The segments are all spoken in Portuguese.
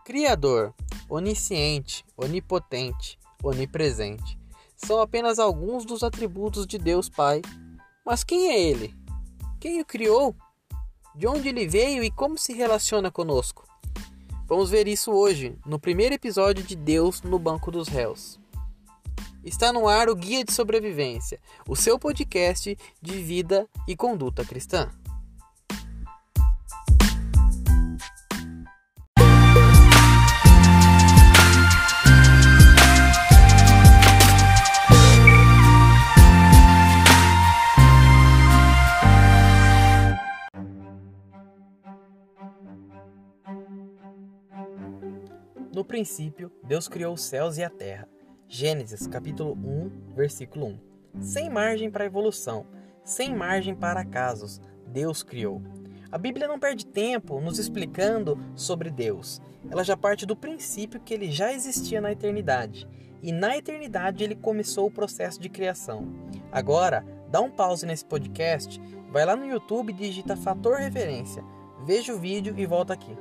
Criador, onisciente, onipotente, onipresente. São apenas alguns dos atributos de Deus Pai. Mas quem é Ele? Quem o criou? De onde ele veio e como se relaciona conosco? Vamos ver isso hoje, no primeiro episódio de Deus no Banco dos Réus. Está no ar o Guia de Sobrevivência, o seu podcast de vida e conduta cristã. No princípio, Deus criou os céus e a terra. Gênesis, capítulo 1, versículo 1. Sem margem para evolução, sem margem para acasos, Deus criou. A Bíblia não perde tempo nos explicando sobre Deus. Ela já parte do princípio que ele já existia na eternidade. E na eternidade ele começou o processo de criação. Agora, dá um pause nesse podcast, vai lá no YouTube e digita Fator Referência. Veja o vídeo e volta aqui.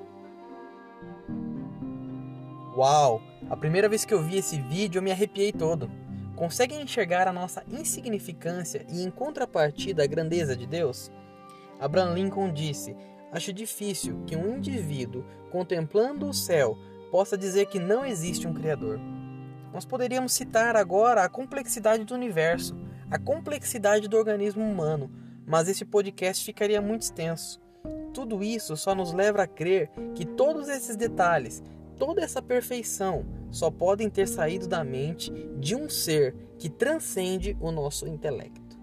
Uau! A primeira vez que eu vi esse vídeo eu me arrepiei todo. Conseguem enxergar a nossa insignificância e em contrapartida a grandeza de Deus? Abraham Lincoln disse: acho difícil que um indivíduo contemplando o céu possa dizer que não existe um Criador. Nós poderíamos citar agora a complexidade do universo, a complexidade do organismo humano, mas esse podcast ficaria muito extenso. Tudo isso só nos leva a crer que todos esses detalhes, toda essa perfeição só podem ter saído da mente de um ser que transcende o nosso intelecto.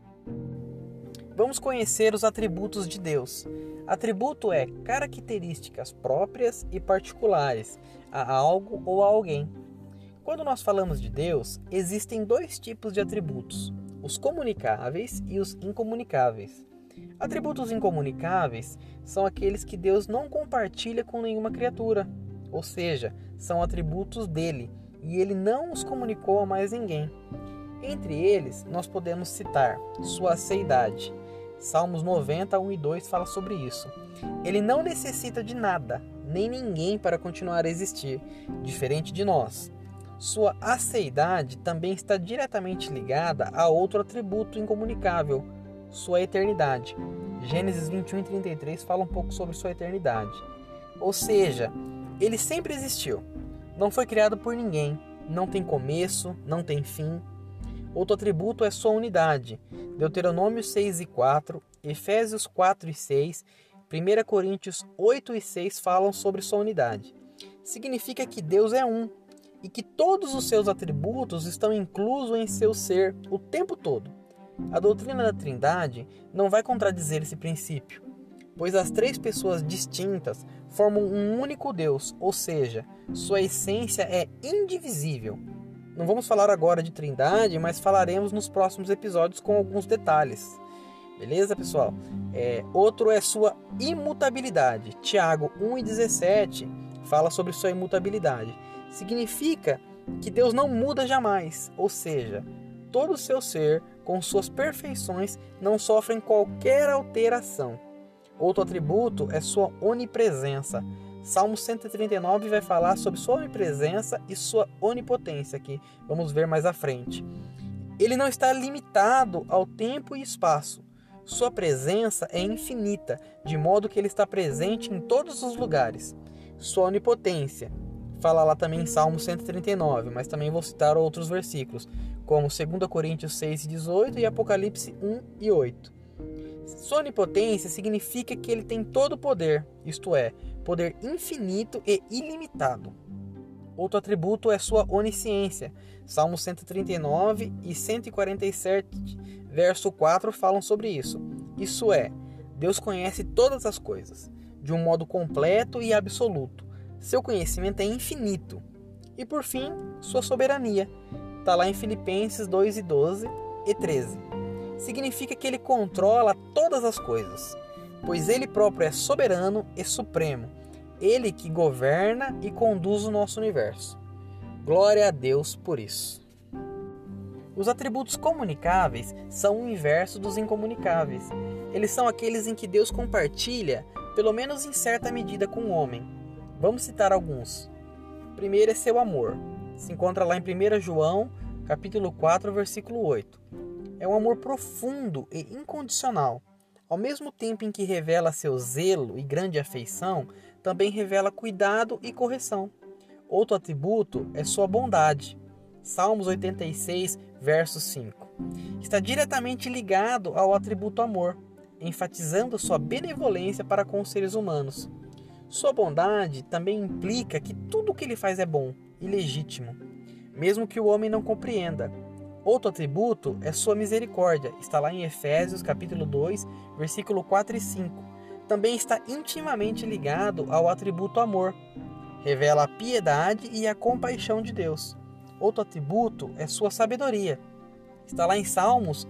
Vamos conhecer os atributos de Deus. Atributo é características próprias e particulares a algo ou a alguém. Quando nós falamos de Deus, existem dois tipos de atributos, os comunicáveis e os incomunicáveis. Atributos incomunicáveis são aqueles que Deus não compartilha com nenhuma criatura. Ou seja, são atributos dele, e ele não os comunicou a mais ninguém. Entre eles, nós podemos citar sua aceidade. Salmos 90, 1 e 2 fala sobre isso. Ele não necessita de nada, nem ninguém para continuar a existir, diferente de nós. Sua aceidade também está diretamente ligada a outro atributo incomunicável, sua eternidade. Gênesis 21 e 33 fala um pouco sobre sua eternidade. Ou seja, ele sempre existiu, não foi criado por ninguém, não tem começo, não tem fim. Outro atributo é sua unidade. Deuteronômio 6 e 4, Efésios 4 e 6, 1 Coríntios 8 e 6 falam sobre sua unidade. Significa que Deus é um e que todos os seus atributos estão inclusos em seu ser o tempo todo. A doutrina da Trindade não vai contradizer esse princípio, pois as três pessoas distintas formam um único Deus, ou seja, sua essência é indivisível. Não vamos falar agora de Trindade, mas falaremos nos próximos episódios com alguns detalhes. Beleza, pessoal? Outro é sua imutabilidade. Tiago 1 e 17 fala sobre sua imutabilidade. Significa que Deus não muda jamais, ou seja, todo o seu ser, com suas perfeições, não sofrem qualquer alteração. Outro atributo é sua onipresença. Salmo 139 vai falar sobre sua onipresença e sua onipotência, que vamos ver mais à frente. Ele não está limitado ao tempo e espaço. Sua presença é infinita, de modo que ele está presente em todos os lugares. Sua onipotência, fala lá também em Salmo 139, mas também vou citar outros versículos, como 2 Coríntios 6 e 18 e Apocalipse 1 e 8. Sua onipotência significa que ele tem todo o poder, isto é, poder infinito e ilimitado. Outro atributo é sua onisciência. Salmos 139 e 147, verso 4 falam sobre isso. Isso é, Deus conhece todas as coisas, de um modo completo e absoluto. Seu conhecimento é infinito. E por fim, sua soberania. Está lá em Filipenses 2 e 12 e 13. Significa que ele controla todas as coisas, pois ele próprio é soberano e supremo, ele que governa e conduz o nosso universo. Glória a Deus por isso. Os atributos comunicáveis são o inverso dos incomunicáveis. Eles são aqueles em que Deus compartilha, pelo menos em certa medida, com o homem. Vamos citar alguns. O primeiro é seu amor. Se encontra lá em 1 João, capítulo 4, versículo 8. É um amor profundo e incondicional. Ao mesmo tempo em que revela seu zelo e grande afeição, também revela cuidado e correção. Outro atributo é sua bondade. Salmos 86, verso 5. Está diretamente ligado ao atributo amor, enfatizando sua benevolência para com os seres humanos. Sua bondade também implica que tudo o que ele faz é bom e legítimo, mesmo que o homem não compreenda. Outro atributo é sua misericórdia. Está lá em Efésios capítulo 2, versículo 4 e 5. Também está intimamente ligado ao atributo amor. Revela a piedade e a compaixão de Deus. Outro atributo é sua sabedoria. Está lá em Salmos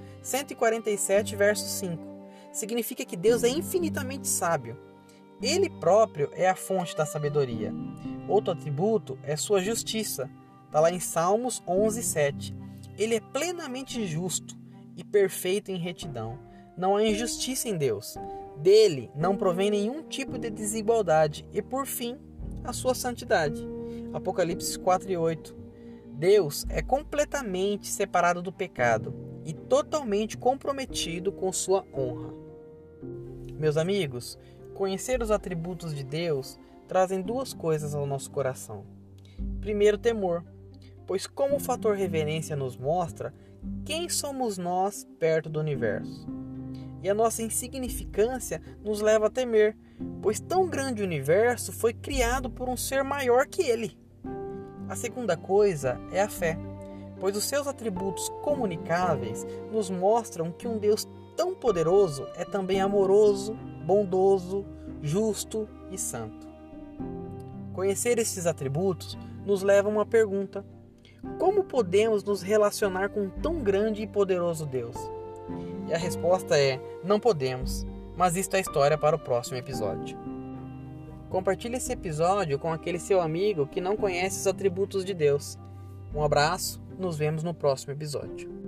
147, verso 5. Significa que Deus é infinitamente sábio. Ele próprio é a fonte da sabedoria. Outro atributo é sua justiça. Está lá em Salmos 11, 7. Ele é plenamente justo e perfeito em retidão. Não há injustiça em Deus. Dele não provém nenhum tipo de desigualdade. E por fim, a sua santidade. Apocalipse 4 e 8. Deus é completamente separado do pecado e totalmente comprometido com sua honra. Meus amigos, conhecer os atributos de Deus trazem duas coisas ao nosso coração. Primeiro, temor, pois como o fator reverência nos mostra quem somos nós perto do universo. E a nossa insignificância nos leva a temer, pois tão grande universo foi criado por um ser maior que ele. A segunda coisa é a fé, pois os seus atributos comunicáveis nos mostram que um Deus tão poderoso é também amoroso, bondoso, justo e santo. Conhecer esses atributos nos leva a uma pergunta: como podemos nos relacionar com um tão grande e poderoso Deus? E a resposta é: não podemos, mas isto é história para o próximo episódio. Compartilhe esse episódio com aquele seu amigo que não conhece os atributos de Deus. Um abraço, nos vemos no próximo episódio.